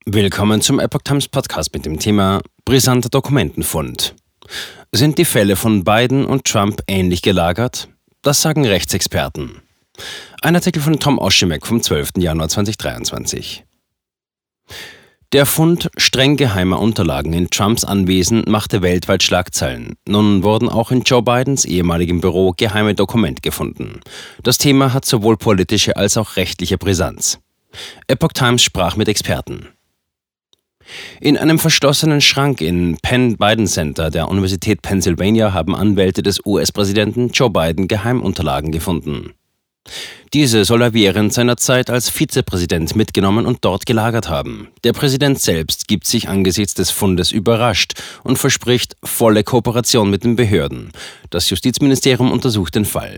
Willkommen zum Epoch Times Podcast mit dem Thema brisanter Dokumentenfund. Sind die Fälle von Biden und Trump ähnlich gelagert? Das sagen Rechtsexperten. Ein Artikel von Tom Oshimek vom 12. Januar 2023. Der Fund streng geheimer Unterlagen in Trumps Anwesen machte weltweit Schlagzeilen. Nun wurden auch in Joe Bidens ehemaligem Büro geheime Dokumente gefunden. Das Thema hat sowohl politische als auch rechtliche Brisanz. Epoch Times sprach mit Experten. In einem verschlossenen Schrank im Penn Biden Center der Universität Pennsylvania haben Anwälte des US-Präsidenten Joe Biden Geheimunterlagen gefunden. Diese soll er während seiner Zeit als Vizepräsident mitgenommen und dort gelagert haben. Der Präsident selbst gibt sich angesichts des Fundes überrascht und verspricht volle Kooperation mit den Behörden. Das Justizministerium untersucht den Fall.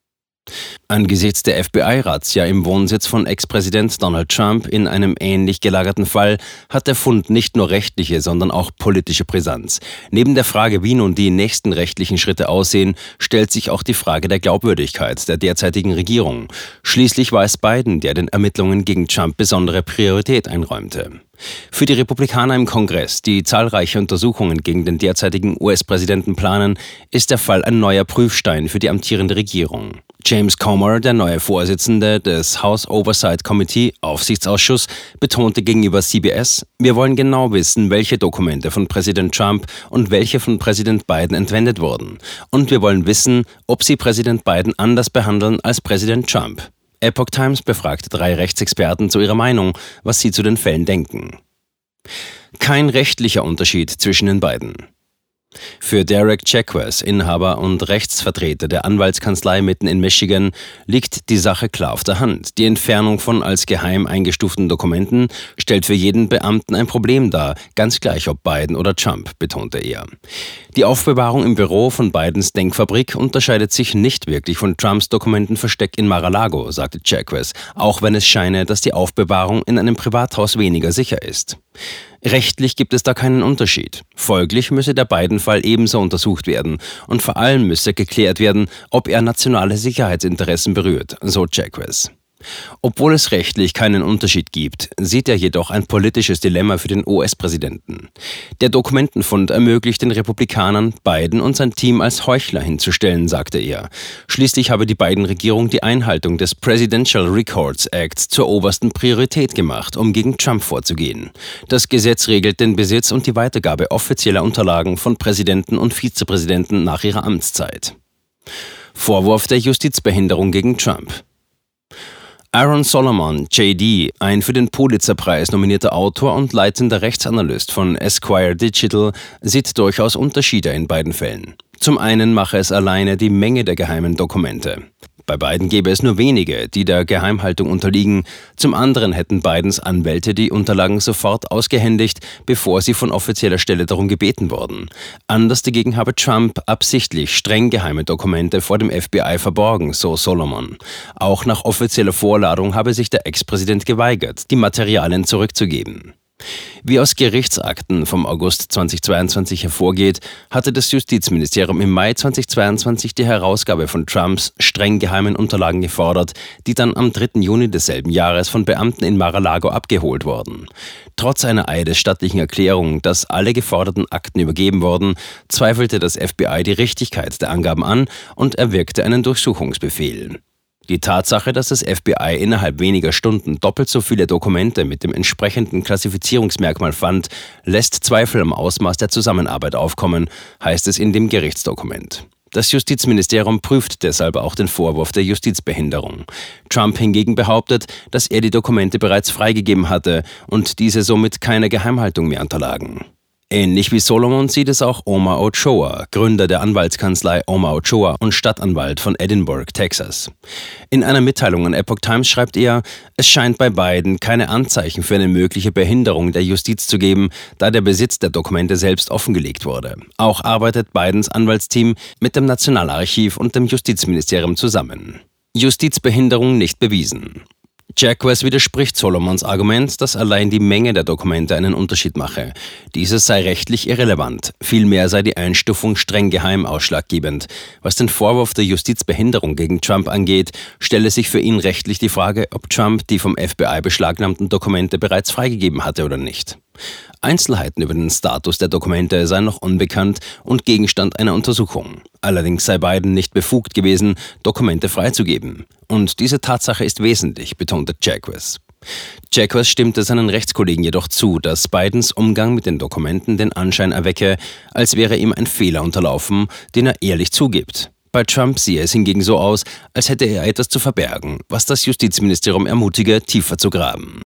Angesichts der FBI-Razzia im Wohnsitz von Ex-Präsident Donald Trump in einem ähnlich gelagerten Fall hat der Fund nicht nur rechtliche, sondern auch politische Brisanz. Neben der Frage, wie nun die nächsten rechtlichen Schritte aussehen, stellt sich auch die Frage der Glaubwürdigkeit der derzeitigen Regierung. Schließlich war es Biden, der den Ermittlungen gegen Trump besondere Priorität einräumte. Für die Republikaner im Kongress, die zahlreiche Untersuchungen gegen den derzeitigen US-Präsidenten planen, ist der Fall ein neuer Prüfstein für die amtierende Regierung. James Comer, der neue Vorsitzende des House Oversight Committee, Aufsichtsausschuss, betonte gegenüber CBS: Wir wollen genau wissen, welche Dokumente von Präsident Trump und welche von Präsident Biden entwendet wurden. Und wir wollen wissen, ob sie Präsident Biden anders behandeln als Präsident Trump. Epoch Times befragte 3 Rechtsexperten zu ihrer Meinung, was sie zu den Fällen denken. Kein rechtlicher Unterschied zwischen den beiden. Für Derek Chekwas, Inhaber und Rechtsvertreter der Anwaltskanzlei mitten in Michigan, liegt die Sache klar auf der Hand. Die Entfernung von als geheim eingestuften Dokumenten stellt für jeden Beamten ein Problem dar, ganz gleich ob Biden oder Trump, betonte er. Die Aufbewahrung im Büro von Bidens Denkfabrik unterscheidet sich nicht wirklich von Trumps Dokumentenversteck in Mar-a-Lago, sagte Chekwas, auch wenn es scheine, dass die Aufbewahrung in einem Privathaus weniger sicher ist. Rechtlich gibt es da keinen Unterschied. Folglich müsse der Biden-Fall ebenso untersucht werden und vor allem müsse geklärt werden, ob er nationale Sicherheitsinteressen berührt, so Chekwas. Obwohl es rechtlich keinen Unterschied gibt, sieht er jedoch ein politisches Dilemma für den US-Präsidenten. Der Dokumentenfund ermöglicht den Republikanern, Biden und sein Team als Heuchler hinzustellen, sagte er. Schließlich habe die Biden-Regierung die Einhaltung des Presidential Records Act zur obersten Priorität gemacht, um gegen Trump vorzugehen. Das Gesetz regelt den Besitz und die Weitergabe offizieller Unterlagen von Präsidenten und Vizepräsidenten nach ihrer Amtszeit. Vorwurf der Justizbehinderung gegen Trump. Aaron Solomon, JD, ein für den Pulitzer-Preis nominierter Autor und leitender Rechtsanalyst von Esquire Digital, sieht durchaus Unterschiede in beiden Fällen. Zum einen mache es alleine die Menge der geheimen Dokumente. Bei beiden gäbe es nur wenige, die der Geheimhaltung unterliegen. Zum anderen hätten Bidens Anwälte die Unterlagen sofort ausgehändigt, bevor sie von offizieller Stelle darum gebeten wurden. Anders dagegen habe Trump absichtlich streng geheime Dokumente vor dem FBI verborgen, so Solomon. Auch nach offizieller Vorladung habe sich der Ex-Präsident geweigert, die Materialien zurückzugeben. Wie aus Gerichtsakten vom August 2022 hervorgeht, hatte das Justizministerium im Mai 2022 die Herausgabe von Trumps streng geheimen Unterlagen gefordert, die dann am 3. Juni desselben Jahres von Beamten in Mar-a-Lago abgeholt wurden. Trotz einer eidesstattlichen Erklärung, dass alle geforderten Akten übergeben wurden, zweifelte das FBI die Richtigkeit der Angaben an und erwirkte einen Durchsuchungsbefehl. Die Tatsache, dass das FBI innerhalb weniger Stunden doppelt so viele Dokumente mit dem entsprechenden Klassifizierungsmerkmal fand, lässt Zweifel am Ausmaß der Zusammenarbeit aufkommen, heißt es in dem Gerichtsdokument. Das Justizministerium prüft deshalb auch den Vorwurf der Justizbehinderung. Trump hingegen behauptet, dass er die Dokumente bereits freigegeben hatte und diese somit keiner Geheimhaltung mehr unterlagen. Ähnlich wie Solomon sieht es auch Omar Ochoa, Gründer der Anwaltskanzlei Omar Ochoa und Stadtanwalt von Edinburgh, Texas. In einer Mitteilung an Epoch Times schreibt er: Es scheint bei Biden keine Anzeichen für eine mögliche Behinderung der Justiz zu geben, da der Besitz der Dokumente selbst offengelegt wurde. Auch arbeitet Bidens Anwaltsteam mit dem Nationalarchiv und dem Justizministerium zusammen. Justizbehinderung nicht bewiesen. Jacques widerspricht Solomons Argument, dass allein die Menge der Dokumente einen Unterschied mache. Dieses sei rechtlich irrelevant. Vielmehr sei die Einstufung streng geheim ausschlaggebend. Was den Vorwurf der Justizbehinderung gegen Trump angeht, stelle sich für ihn rechtlich die Frage, ob Trump die vom FBI beschlagnahmten Dokumente bereits freigegeben hatte oder nicht. Einzelheiten über den Status der Dokumente seien noch unbekannt und Gegenstand einer Untersuchung. Allerdings sei Biden nicht befugt gewesen, Dokumente freizugeben. Und diese Tatsache ist wesentlich, betonte Jacques. Jacques stimmte seinen Rechtskollegen jedoch zu, dass Bidens Umgang mit den Dokumenten den Anschein erwecke, als wäre ihm ein Fehler unterlaufen, den er ehrlich zugibt. Bei Trump sehe es hingegen so aus, als hätte er etwas zu verbergen, was das Justizministerium ermutige, tiefer zu graben.